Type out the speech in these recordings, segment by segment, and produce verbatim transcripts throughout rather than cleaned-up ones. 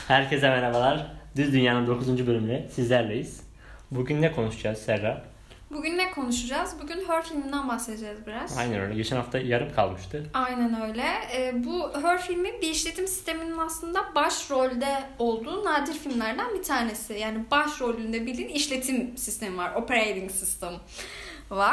Herkese merhabalar. Düz Dünya'nın dokuzuncu bölümüyle sizlerleyiz. Bugün ne konuşacağız Serra? Bugün ne konuşacağız? Bugün Her filminden bahsedeceğiz biraz. Aynen öyle. Geçen hafta yarım kalmıştı. Aynen öyle. Ee, bu Her filmi bir işletim sisteminin aslında başrolde olduğu nadir filmlerden bir tanesi. Yani başrolünde bildiğin işletim sistemi var. Operating system var.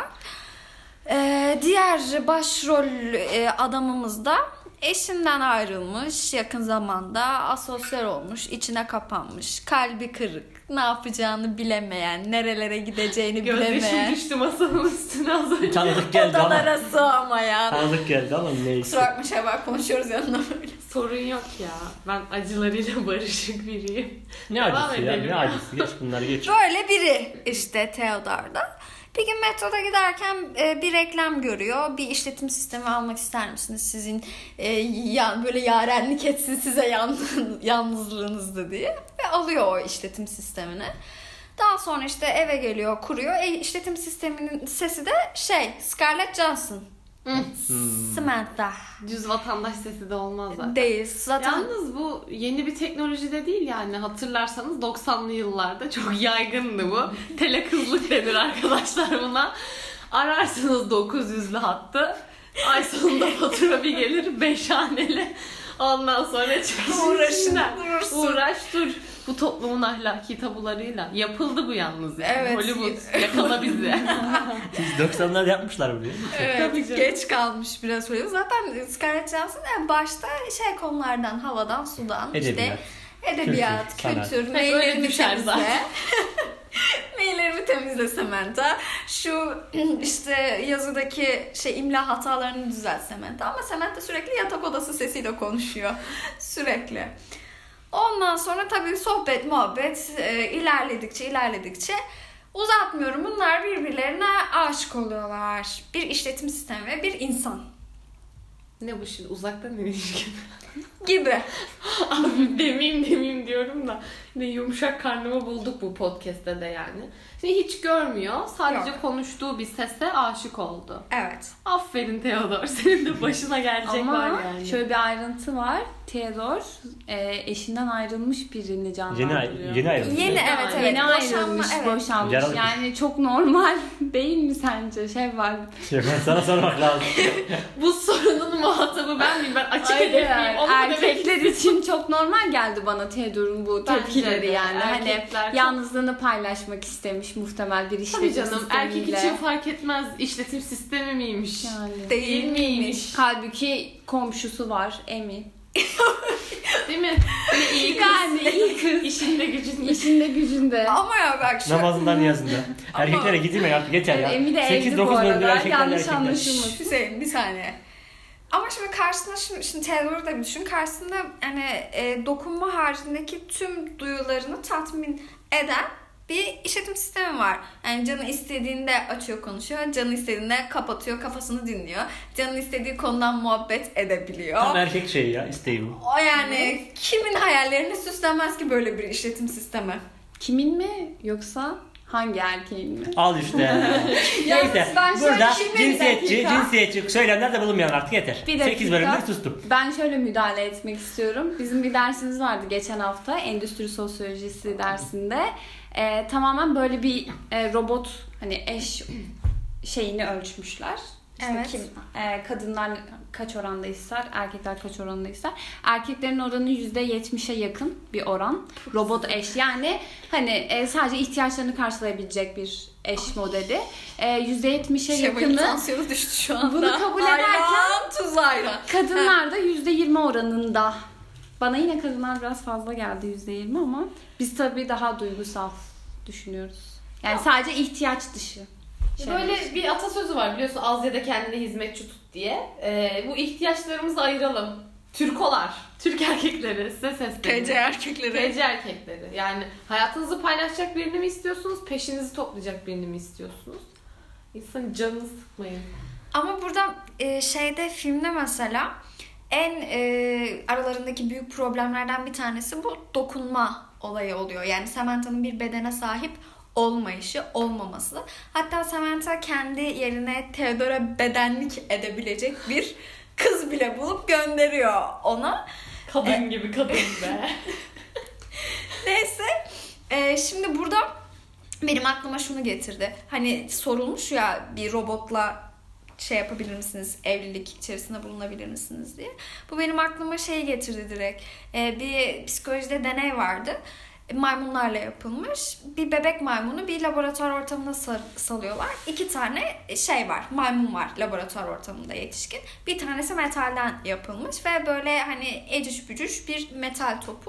Ee, diğer başrol e, adamımız da eşinden ayrılmış, yakın zamanda asosyal olmuş, içine kapanmış, kalbi kırık, ne yapacağını bilemeyen, nerelere gideceğini bilemeyen. Gözyaşım düştü masanın üstüne az önce. Tanıdık geldi ama. Odalara sığamayan. Tanıdık geldi ama neyse. Kusura bakma Şevval, konuşuyoruz yanında böyle. Sorun yok ya. Ben acılarıyla barışık biriyim. Ne Devam acısı ya, edelim ne ya. acısı. Geç bunları geç. Böyle biri işte Theodore'da. Bir gün metroda giderken e, bir reklam görüyor. Bir işletim sistemi almak ister misiniz? Sizin e, ya, böyle yarenlik etsin size yan, yalnızlığınızda diye. Ve alıyor o işletim sistemini. Daha sonra işte eve geliyor, kuruyor. E, işletim sisteminin sesi de şey, Scarlett Johansson. Hmm. Samantha. Düz vatandaş sesi de olmaz zaten. Değil. Zaten Yalnız bu yeni bir teknoloji de değil yani. Hatırlarsanız doksanlı yıllarda çok yaygındı bu. Telekızlık denir arkadaşlar buna. Ararsınız dokuz yüzlü hattı. Ay sonunda fatura bir gelir beş haneli. Ondan sonra çıkışın Uğraşın, içinden. durursun. Uğraş dur. Bu toplumun ahlaki tabularıyla. Yapıldı bu yalnız yani. Evet. Hollywood yakala bizi. Siz doksanlarda yapmışlar biliyor musun? evet, Tabii canım. geç kalmış biraz böyle. Zaten Scarlett Johansson en başta şey konulardan, havadan, sudan, Edebiyat. işte edebiyat, Kültür, kültür, sanat. maillerimi Hep öyle düşer temizle. zaten. Maillerimi temizle Samantha. Şu işte yazıdaki şey imla hatalarını düzelt Samantha. Ama Samantha sürekli yatak odası sesiyle konuşuyor. Sürekli. Ondan sonra tabii sohbet, muhabbet e, ilerledikçe ilerledikçe uzatmıyorum. Bunlar birbirlerine aşık oluyorlar. Bir işletim sistemi ve bir insan Ne bu şimdi? Uzaktan ilişki. gibi. Abi demeyeyim demeyeyim diyorum da ne yumuşak karnımı bulduk bu podcast'te de yani. Şimdi hiç görmüyor. Sadece Yok. konuştuğu bir sese aşık oldu. Evet. Aferin Theodor. Senin de başına gelecek Ama var yani. şöyle bir ayrıntı var. Theodor e, eşinden ayrılmış birini canlandırıyor. Yeni, yeni ayrıldı. Yeni evet evet. Yeni Boşanma, ayrılmış, evet. boşanmış. Yaralı- Yani çok normal değil mi sence? Şey var. Şey, ben sana sormak lazım. Bu sorunun muhatabı ben miyim? Ben açık Hayır, hedefliyim. Onu mu demek erkekler için çok normal geldi bana Theodor'un bu Bence tepkileri de. yani. Hani Erkekler çok- yalnızlığını paylaşmak istemiş muhtemel bir işletim Tabii canım. sistemiyle. Erkek için fark etmez. İşletim sistemi miymiş? Yani. Değil miymiş? Halbuki komşusu var Emi. Değil mi? Ne iyi kız. Yani iyi kız. İşinde gücünde. İşinde gücünde. Ama ya bak şu Namazından niyazında. Erkeklere gideyim artık yeter ya. Emi de sekiz evli bu dokuz bölümde arada. erkekler Yanlış erkekler. anlaşılmasın. Hüseyin bir saniye. Ama şimdi karşısında şimdi, şimdi Theodor'u da bir düşün. Karşısında hani e, dokunma haricindeki tüm duyularını tatmin eden bir işletim sistemi var. Yani canı istediğinde açıyor konuşuyor. Canı istediğinde kapatıyor kafasını dinliyor. Canı istediği konudan muhabbet edebiliyor. Tam erkek şeyi ya, isteği bu. O yani kimin hayallerini süslemez ki böyle bir işletim sistemi. Kimin mi yoksa hangi erkeğin mi? Al işte. Neyse ben şöyle burada kimin bir cinsiyetçi, dakika? cinsiyetçi söylemler de bulunmayan artık yeter. Bir dakika. sekiz bölümde sustum. Ben şöyle müdahale etmek istiyorum. Bizim bir dersimiz vardı geçen hafta. Endüstri sosyolojisi dersinde. Ee, tamamen böyle bir e, robot hani eş şeyini ölçmüşler. İşte Evet. kim, e, kadınlar kaç oranda ister, erkekler kaç oranda ister. Erkeklerin oranı yüzde yetmişe yakın bir oran. Robot eş yani hani e, sadece ihtiyaçlarını karşılayabilecek bir eş modeli. E, yüzde yetmişe Şevval'in yakını tansiyonu düştü şu anda. bunu kabul ederken Ayran, tuz ayran. kadınlar da yüzde yirmi oranında. Bana yine kadınlar biraz fazla geldi yüzde yirmi ama biz tabii daha duygusal düşünüyoruz. Yani sadece ihtiyaç dışı. şeyler. Böyle bir atasözü var biliyorsun, az ya da kendine hizmetçi tut diye. Ee, bu ihtiyaçlarımızı ayıralım. Türkolar, Türk erkekleri size T C sesleniyorum. erkekleri. T C erkekleri. Yani hayatınızı paylaşacak birini mi istiyorsunuz, peşinizi toplayacak birini mi istiyorsunuz? İnsanın canını sıkmayın. Ama burada e, şeyde filmde mesela en e, aralarındaki büyük problemlerden bir tanesi bu dokunma olayı oluyor. Yani Samantha'nın bir bedene sahip olmayışı, olmaması. Hatta Samantha kendi yerine Theodor'a bedenlik edebilecek bir kız bile bulup gönderiyor ona. Kadın gibi kadın be. Neyse. Ee, şimdi burada benim aklıma şunu getirdi. Hani sorulmuş ya bir robotla şey yapabilir misiniz, evlilik içerisinde bulunabilir misiniz diye. Bu benim aklıma şey getirdi direkt. Ee, bir psikolojide deney vardı. Maymunlarla yapılmış. Bir bebek maymunu bir laboratuvar ortamında salıyorlar. İki tane şey var, maymun var laboratuvar ortamında yetişkin. Bir tanesi metalden yapılmış ve böyle hani eciş bücüş bir metal topu.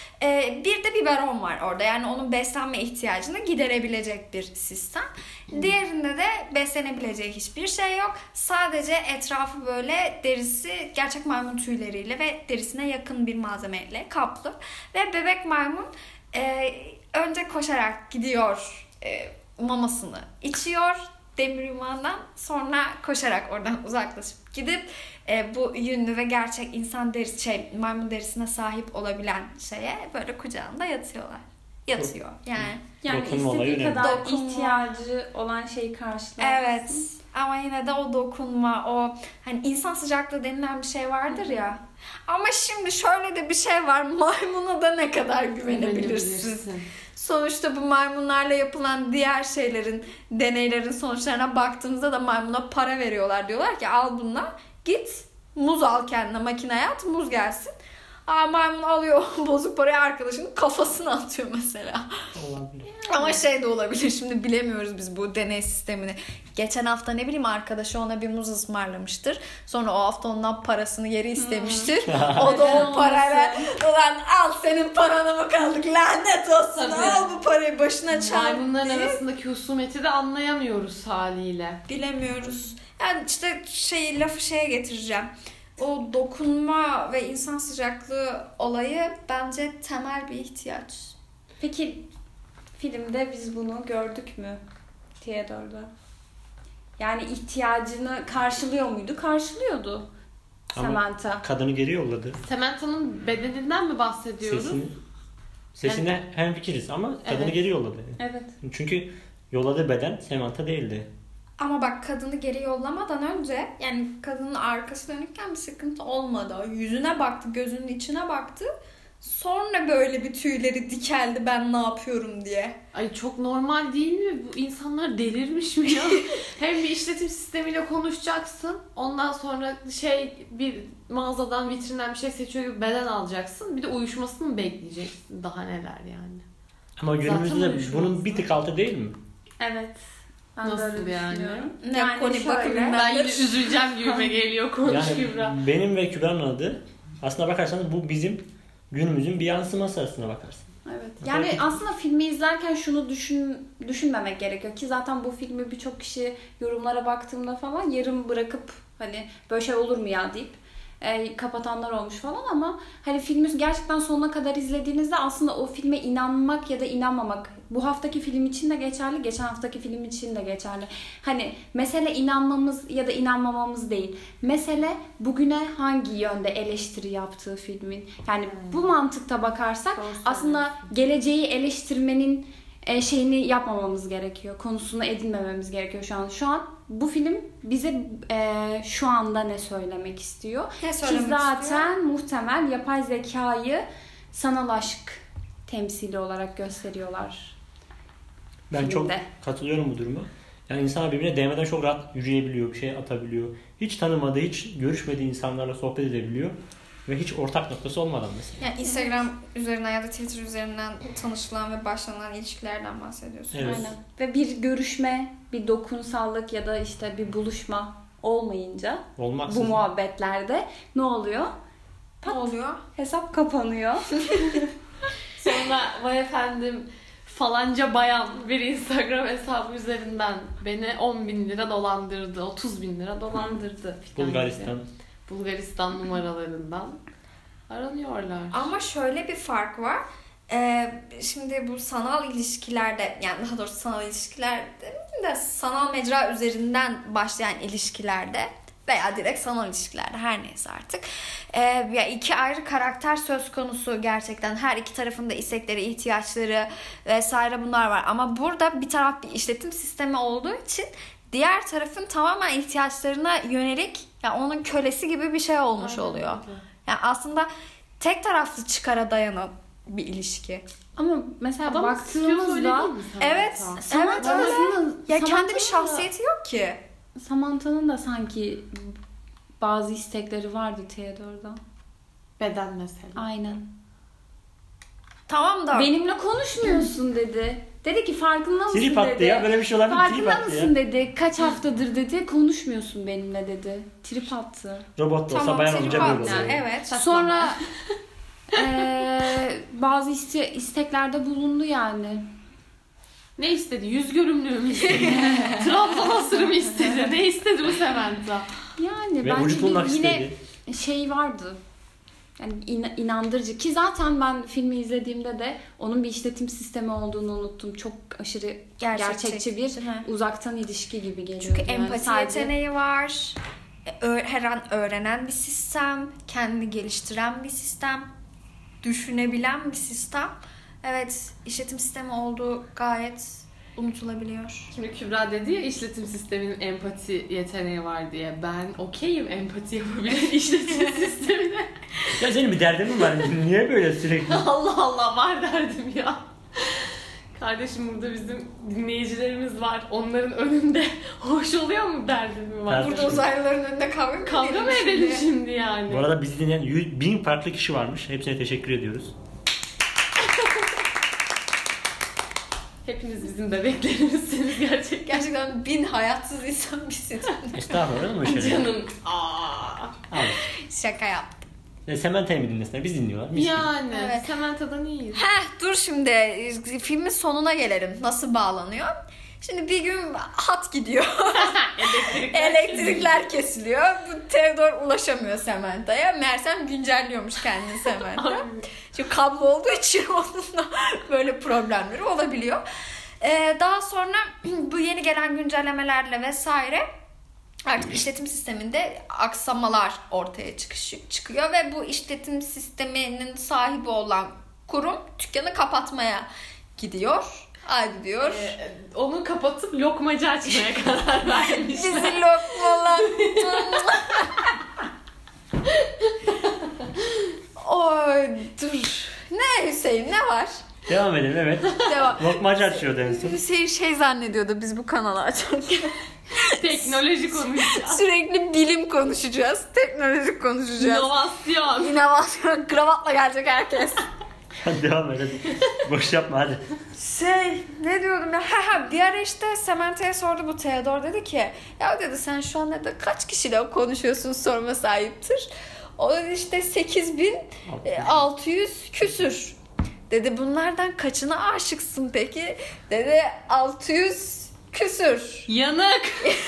Ee, bir de biberon var orada. Yani onun beslenme ihtiyacını giderebilecek bir sistem. Diğerinde de beslenebileceği hiçbir şey yok. Sadece etrafı böyle derisi gerçek maymun tüyleriyle ve derisine yakın bir malzemeyle kaplı. Ve bebek maymun e, önce koşarak gidiyor, e, mamasını içiyor demir yumağından, sonra koşarak oradan uzaklaşıp gidip e, bu yünlü ve gerçek insan derisi, şey, maymun derisine sahip olabilen şeye böyle kucağında yatıyorlar. Yatıyor yani. Yani Dokunma olayı istediği önemli. kadar Dokunma. ihtiyacı olan şeyi karşılar. Evet. Ama yine de o dokunma, o hani insan sıcaklığı denilen bir şey vardır ya. Ama şimdi şöyle de bir şey var. Maymuna da ne kadar güvenebilirsin? Sonuçta bu maymunlarla yapılan diğer şeylerin, deneylerin sonuçlarına baktığımızda da maymuna para veriyorlar. Diyorlar ki al bundan, git muz al kendine, makineye at, muz gelsin. Aa, maymun alıyor bozuk parayı, arkadaşının kafasına atıyor mesela. Olabilir. Ama şey de olabilir, şimdi bilemiyoruz biz bu deney sistemini. Geçen hafta ne bileyim arkadaşı ona bir muz ısmarlamıştır. Sonra o hafta ondan parasını geri istemiştir. O da o parayla ulan al senin paranı mı kaldık, lanet olsun, Tabii. al bu parayı başına çarp Maymunların diye. arasındaki husumeti de anlayamıyoruz haliyle. Bilemiyoruz. Yani işte şey, lafı şeye getireceğim. O dokunma ve insan sıcaklığı olayı bence temel bir ihtiyaç. Peki filmde biz bunu gördük mü Theodore'da? Yani ihtiyacını karşılıyor muydu? Karşılıyordu. Ama Samantha. kadını geri yolladı. Samantha'nın bedeninden mi bahsediyoruz? Sesini, sesine hem fikiriz ama kadını Evet. geri yolladı. Evet. Çünkü yolladığı beden Samantha değildi. Ama bak, kadını geri yollamadan önce, yani kadının arkası dönükken bir sıkıntı olmadı. Yüzüne baktı, gözünün içine baktı. Sonra böyle bir tüyleri dikeldi, ben ne yapıyorum diye. Ay çok normal değil mi? Bu insanlar delirmiş mi ya? Hem bir işletim sistemiyle konuşacaksın. Ondan sonra şey, bir mağazadan, vitrinden bir şey seçiyor gibi beden alacaksın. Bir de uyuşmasını mı bekleyeceksin? Daha neler yani. Ama günümüzde de uyuşmaz. bunun bir tık altı değil mi? Evet. Ben de Nasıl öyle yani? düşünüyorum. Ne Yani koni şöyle, bakımından- Ben yine üzüleceğim gibime geliyor. Konuş Yani Kübra. benim ve Kübra'nın adı, aslına bakarsanız bu bizim günümüzün bir yansıması aslına bakarsın. Evet. Yani Tabii. aslında filmi izlerken şunu düşün düşünmemek gerekiyor ki zaten bu filmi birçok kişi yorumlara baktığımda falan yarım bırakıp hani böyle şey olur mu ya deyip e, kapatanlar olmuş falan, ama hani filmi gerçekten sonuna kadar izlediğinizde aslında o filme inanmak ya da inanmamak, bu haftaki film için de geçerli, geçen haftaki film için de geçerli. Hani mesele inanmamız ya da inanmamamız değil. Mesele bugüne hangi yönde eleştiri yaptığı filmin. Yani bu mantıkta bakarsak aslında geleceği eleştirmenin e, şeyini yapmamamız gerekiyor. Konusunu edinmememiz gerekiyor şu an. Şu an bu film bize e, şu anda ne söylemek istiyor? Ne Ki söylemek zaten istiyor? muhtemel yapay zekayı sanal aşk temsili olarak gösteriyorlar. Ben Filmde. çok katılıyorum bu duruma. Yani insanlar birbirine değmeden çok rahat yürüyebiliyor, bir şey atabiliyor. Hiç tanımadığı, hiç görüşmediği insanlarla sohbet edebiliyor. Ve hiç ortak noktası olmadan mesela. Yani Instagram üzerinden ya da Twitter üzerinden tanışılan ve başlanan ilişkilerden bahsediyorsun. Evet. Aynen. Ve bir görüşme, bir dokunsallık ya da işte bir buluşma olmayınca bu Olmaksızın. muhabbetlerde ne oluyor? Ne oluyor? Hesap kapanıyor. Sonra vay efendim falanca bayan bir Instagram hesabı üzerinden beni on bin lira dolandırdı, otuz bin lira dolandırdı. filan Bulgaristan. gibi. Bulgaristan numaralarından aranıyorlar. Ama şöyle bir fark var. Ee, şimdi bu sanal ilişkilerde, yani daha doğrusu sanal ilişkilerde de sanal mecra üzerinden başlayan ilişkilerde veya direkt sanal ilişkilerde, her neyse artık. Ee, ya iki ayrı karakter söz konusu gerçekten. Her iki tarafın da istekleri, ihtiyaçları vesaire bunlar var. Ama burada bir taraf bir işletim sistemi olduğu için diğer tarafın tamamen ihtiyaçlarına yönelik, yani onun kölesi gibi bir şey olmuş Aynen oluyor. öyle. Yani aslında tek taraflı çıkara dayanan bir ilişki. Ama mesela Adamın stüdyosu öyle baktığımızda değil mi Samantha? Evet. Samantha Evet, öyle. aslında- Ya kendi Samantha'nın bir şahsiyeti yok ki. da- Samantha'nın da sanki bazı istekleri vardı Theodore'dan. Beden mesela. Aynen. Tamam da Benimle konuşmuyorsun dedi. Dedi ki farkında mısın Trip attı dedi. ya. Böyle bir şey olabilir. Trip Farkında attı ya. mısın dedi. Kaç haftadır dedi. Konuşmuyorsun benimle dedi. Trip attı. Robot da olsa tamam bayan trip olunca böyle attı. oluyor. Evet. Sonra eee, bazı iste- isteklerde bulundu yani. Ne istedi? Yüz görümlüğü mü istedi? Trabzon asırı mı istedi? Ne istedi bu Samantha? Yani Ve bence vücut bir bulmak yine istedi. şey vardı. Yani in- inandırıcı ki zaten ben filmi izlediğimde de onun bir işletim sistemi olduğunu unuttum. Çok aşırı Gerçekçi. gerçekçi bir Hı hı. uzaktan ilişki gibi geliyor. Çünkü yani. empati Sadece- yeteneği var. Ö- her an öğrenen bir sistem. Kendini geliştiren bir sistem. Düşünebilen bir sistem. Evet, işletim sistemi olduğu gayet unutulabiliyor. Şimdi Kübra dedi ya işletim sisteminin empati yeteneği var diye. Ben okeyim empati yapabilen işletim sistemine. Ya senin bir derdin mi var? Niye böyle sürekli? Allah Allah var derdim ya. Kardeşim burada bizim dinleyicilerimiz var. Onların önünde hoş oluyor mu derdim mi var? Tartışma. Burada uzaylıların önünde kavga mı Kavga edelim mı şimdi? edelim şimdi yani? Bu arada bizi dinleyen yüz- bin farklı kişi varmış. Hepsine teşekkür ediyoruz. Hepiniz bizim bebeklerimizsiniz gerçekten. Gerçekten bin hayatsız insan biziz. Estağfurullah olur mu öyle şeyler? Canım. Aa. Abi. Şaka yaptım. E, Semente'yi mi dinlesinler? Biz dinliyorlar. Mis gibi. Yani. Evet. Samantha'dan iyiyiz. Heh, dur şimdi filmin sonuna gelelim. Nasıl bağlanıyor? Şimdi bir gün hat gidiyor. Elektrikler. Elektrikler kesiliyor. Bu Theodore ulaşamıyor Samantha'ya. Meğersem güncelliyormuş kendini Samantha. Çünkü kablo olduğu için onunla böyle problemleri olabiliyor. Ee, daha sonra bu yeni gelen güncellemelerle vesaire artık işletim sisteminde aksamalar ortaya çıkış, çıkıyor ve bu işletim sisteminin sahibi olan kurum dükkanı kapatmaya gidiyor. Hadi diyor. Ee, onu kapatıp lokmacı açmaya karar vermişler. Bizi lokmalar. Oy dur. Ne Hüseyin ne var? Devam edelim evet. Devam. Lokmacı açıyordu en son. Hüseyin şey zannediyordu biz bu kanalı açarken. Teknoloji konuşacağız. Sürekli bilim konuşacağız. Teknoloji konuşacağız. İnovasyon. İnovasyon. Kravatla gelecek herkes. Hadi devam edelim. Boş yapma hadi. Şey ne diyordum ya? Ha ha bir ara işte Samantha'ya sordu bu Theodore dedi ki ya dedi sen şu an dedi kaç kişiyle konuşuyorsun sorma sahiptir. O dedi işte sekiz bin altı yüz küsür. Dedi bunlardan kaçına aşıksın peki? Dedi altı yüz küsür. Yanık.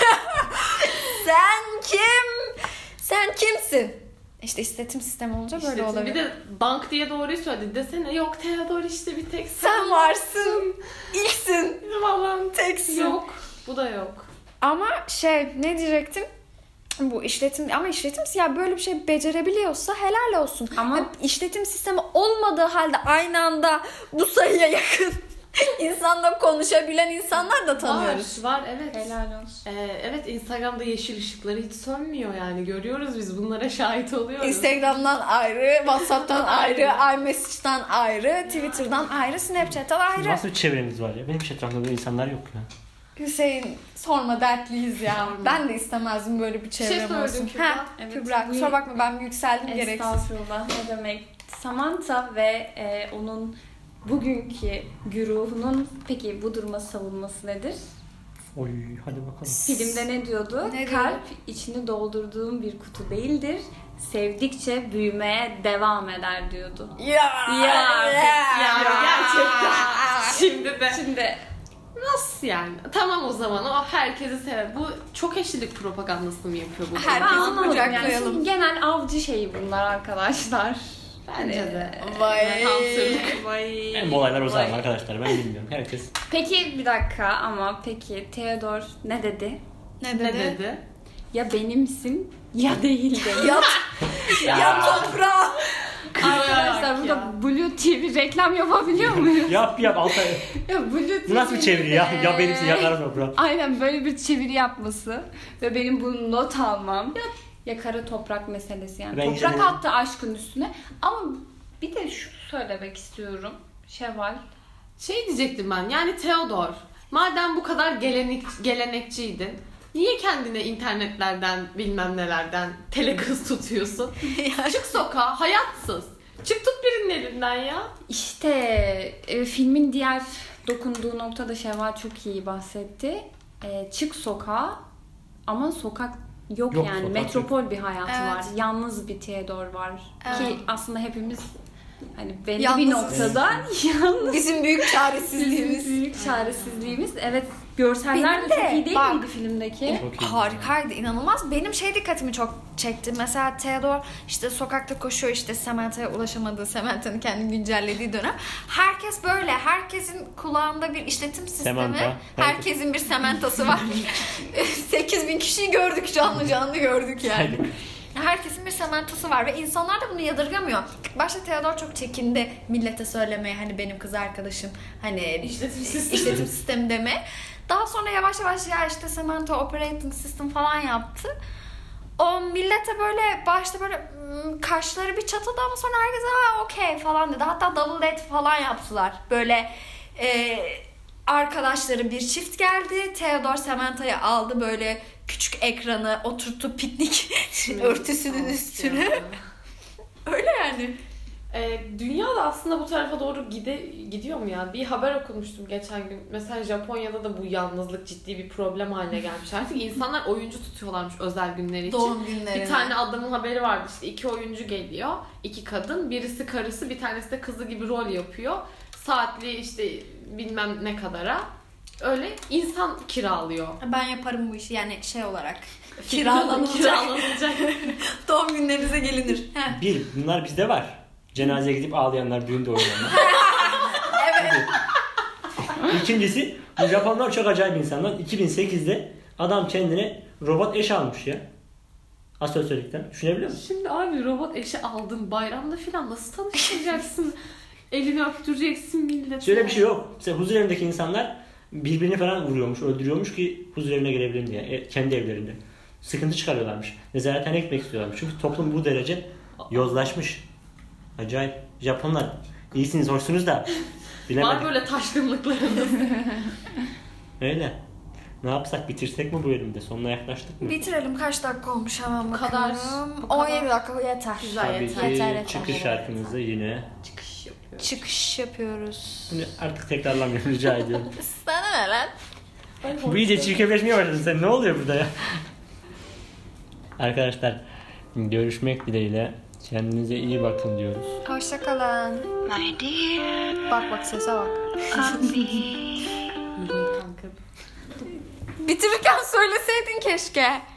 Sen kim? Sen kimsin? İşte işletim sistemi olunca böyle İşte olabilir. bir de bank diye doğruyu söyledi. Desene yok Theodore işte bir tek sen, Sen varsın. İlksin. Babam Teksin. yok. Bu da yok. Ama şey ne diyecektim? Bu işletim ama işletim ya böyle bir şey becerebiliyorsa helal olsun. Ama- Ama işletim sistemi olmadığı halde aynı anda bu sayıya yakın insanla konuşabilen insanlar da tanıyoruz. Var, var evet. Helal olsun. Ee, evet Instagram'da yeşil ışıkları hiç sönmüyor yani görüyoruz biz bunlara şahit oluyoruz. Instagram'dan ayrı, WhatsApp'tan ayrı, iMessage'dan ayrı, Twitter'dan ayrı, Snapchat'tan ayrı. Nasıl bir çevremiz var ya? Benim hiç etrafımda böyle insanlar yok ya. Hüseyin sorma dertliyiz ya. Ben de istemezdim böyle bir Bir şey çevrem söyledin olsun. Kübra. Ha, Evet, Kübra bu- kusura bakma ben yükseldim gereksiz. Estağfurullah ne demek. Samantha ve e, onun bugünkü güruhunun peki bu duruma savunması nedir? Oy hadi bakalım. Filmde ne diyordu? Ne diyordu? Kalp içini doldurduğum bir kutu değildir. Sevdikçe büyümeye devam eder diyordu. Ya, Ya, ya, gerçekten. Şimdi de. Şimdi Nasıl yani? Tamam o zaman o herkesi sever. Bu çok eşlilik propagandasını mı yapıyor bu? Herkesi ben anlamadım yani. kucaklayalım. Şimdi genel avcı şeyi bunlar arkadaşlar. Bence de. Vay. Hamsırlık. Vay. Hem bu olaylar o zaman Vay. arkadaşlar ben bilmiyorum. Herkes Peki bir dakika ama peki Theodore ne dedi? Ne dedi? Ne dedi? Ya benimsin ya değil dedi. Yat, Ya. yat toprağa. Arkadaşlar burada ya. Blue T V reklam yapabiliyor muyuz? yap yap Altay. Ya Blue T V Bu nasıl bir çeviri ya? Ya benimsin ya kara toprağı. Aynen böyle bir çeviri yapması ve benim bunu not almam. Ya, ya kara toprak meselesi yani. Ben Toprak yine- attı aşkın üstüne ama Bir de şunu söylemek istiyorum. Şevval. Şey diyecektim ben, yani Theodor, madem bu kadar gelenek, gelenekçiydin, niye kendine internetlerden bilmem nelerden telekız tutuyorsun? Çık sokağa, hayatsız. Çık tut birinin elinden ya. İşte e, filmin diğer dokunduğu noktada Şevval çok iyi bahsetti. E, çık sokağa ama sokak yok, Yok, yani. sokak Metropol yok. Bir hayatı Evet. var. Yalnız bir Theodor var. Evet. Ki aslında hepimiz hani belli Yalnız. bir noktada yalnız. Bizim büyük çaresizliğimiz. Bizim büyük çaresizliğimiz. Evet, görseller Benim de çok de, iyi değil bak. miydi filmdeki? Çok iyi. Harikaydı, inanılmaz. Benim şey dikkatimi çok çekti. Mesela Theodor işte sokakta koşuyor, işte Samantha'ya ulaşamadığı, Samantha'nın kendini güncellediği dönem. Herkes böyle, herkesin kulağında bir işletim sistemi. Samantha. Herkesin bir Samantha'sı var. sekiz bin kişiyi gördük, canlı canlı gördük yani. Saydık. Herkesin bir Samantha'sı var ve insanlar da bunu yadırgamıyor. Başta Theodor çok çekindi millete söylemeye, hani benim kız arkadaşım, hani İşletim sistemi. işletim sistemi deme. Daha sonra yavaş yavaş ya işte Samantha operating system falan yaptı. O millete böyle başta böyle hmm, kaşları bir çatıldı ama sonra herkes ha okey falan dedi. Hatta double date falan yaptılar. Böyle e, arkadaşları bir çift geldi. Theodor Samantha'yı aldı, böyle küçük ekranı oturttu piknik örtüsünün üstüne. Öyle yani. Ee, dünya da aslında bu tarafa doğru gide, gidiyor mu ya? Bir haber okumuştum geçen gün. Mesela Japonya'da da bu yalnızlık ciddi bir problem haline gelmiş. Artık insanlar oyuncu tutuyorlarmış özel günleri için. Doğum günlerine. Bir tane adamın haberi vardı, işte iki oyuncu geliyor. İki kadın. Birisi karısı, bir tanesi de kızı gibi rol yapıyor. Saatli işte bilmem ne kadara. Öyle insan kiralıyor. Ben yaparım bu işi yani şey olarak. Kiralanacak. Kiralanacak. Doğum günlerinize gelinir. Heh. Bir, bunlar bizde var. Cenazeye gidip ağlayanlar, düğünde oynayanlar. Evet. İkincisi, bu Japonlar çok acayip insanlar. iki bin sekizde adam kendine robot eş almış ya. Asosyallikten. Düşünebiliyor musun? Şimdi abi robot eşi aldın, bayramda falan nasıl tanıştıracaksın? Elini öptüreceksin millete. Şöyle bir şey yok. Mesela huzur evindeki insanlar birbirini falan vuruyormuş, öldürüyormuş ki huzur evine gelebilin diye. E, kendi evlerinde. Sıkıntı çıkarıyorlarmış. Nezarethaneye gitmek istiyorlarmış. Çünkü toplum bu derece yozlaşmış. Acayip. Japonlar iyisiniz, hoşsunuz da bilemedim. Var böyle taşkınlıklarınız. Öyle. Ne yapsak, bitirsek mi bu bölümde? Sonuna yaklaştık mı? Bitirelim, kaç dakika olmuş hemen Bu bakalım. kadar- bu kadar- on yedi dakika yeter. Güzel, Tabii yeter. ki Yeter, yeter. çıkış şarkımızı yine. Çıkış yapıyor. Çıkış yapıyoruz. Şimdi artık tekrarlamayalım, rica ediyorum. Sana ne lan? Bu iyice çirkefleşmeye başladı. Sen ne oluyor burada ya? Arkadaşlar, görüşmek dileğiyle. Kendinize iyi bakın diyoruz. Hoşçakalın. Bak bak sese bak. İyi kanka. Bitirirken söyleseydin keşke.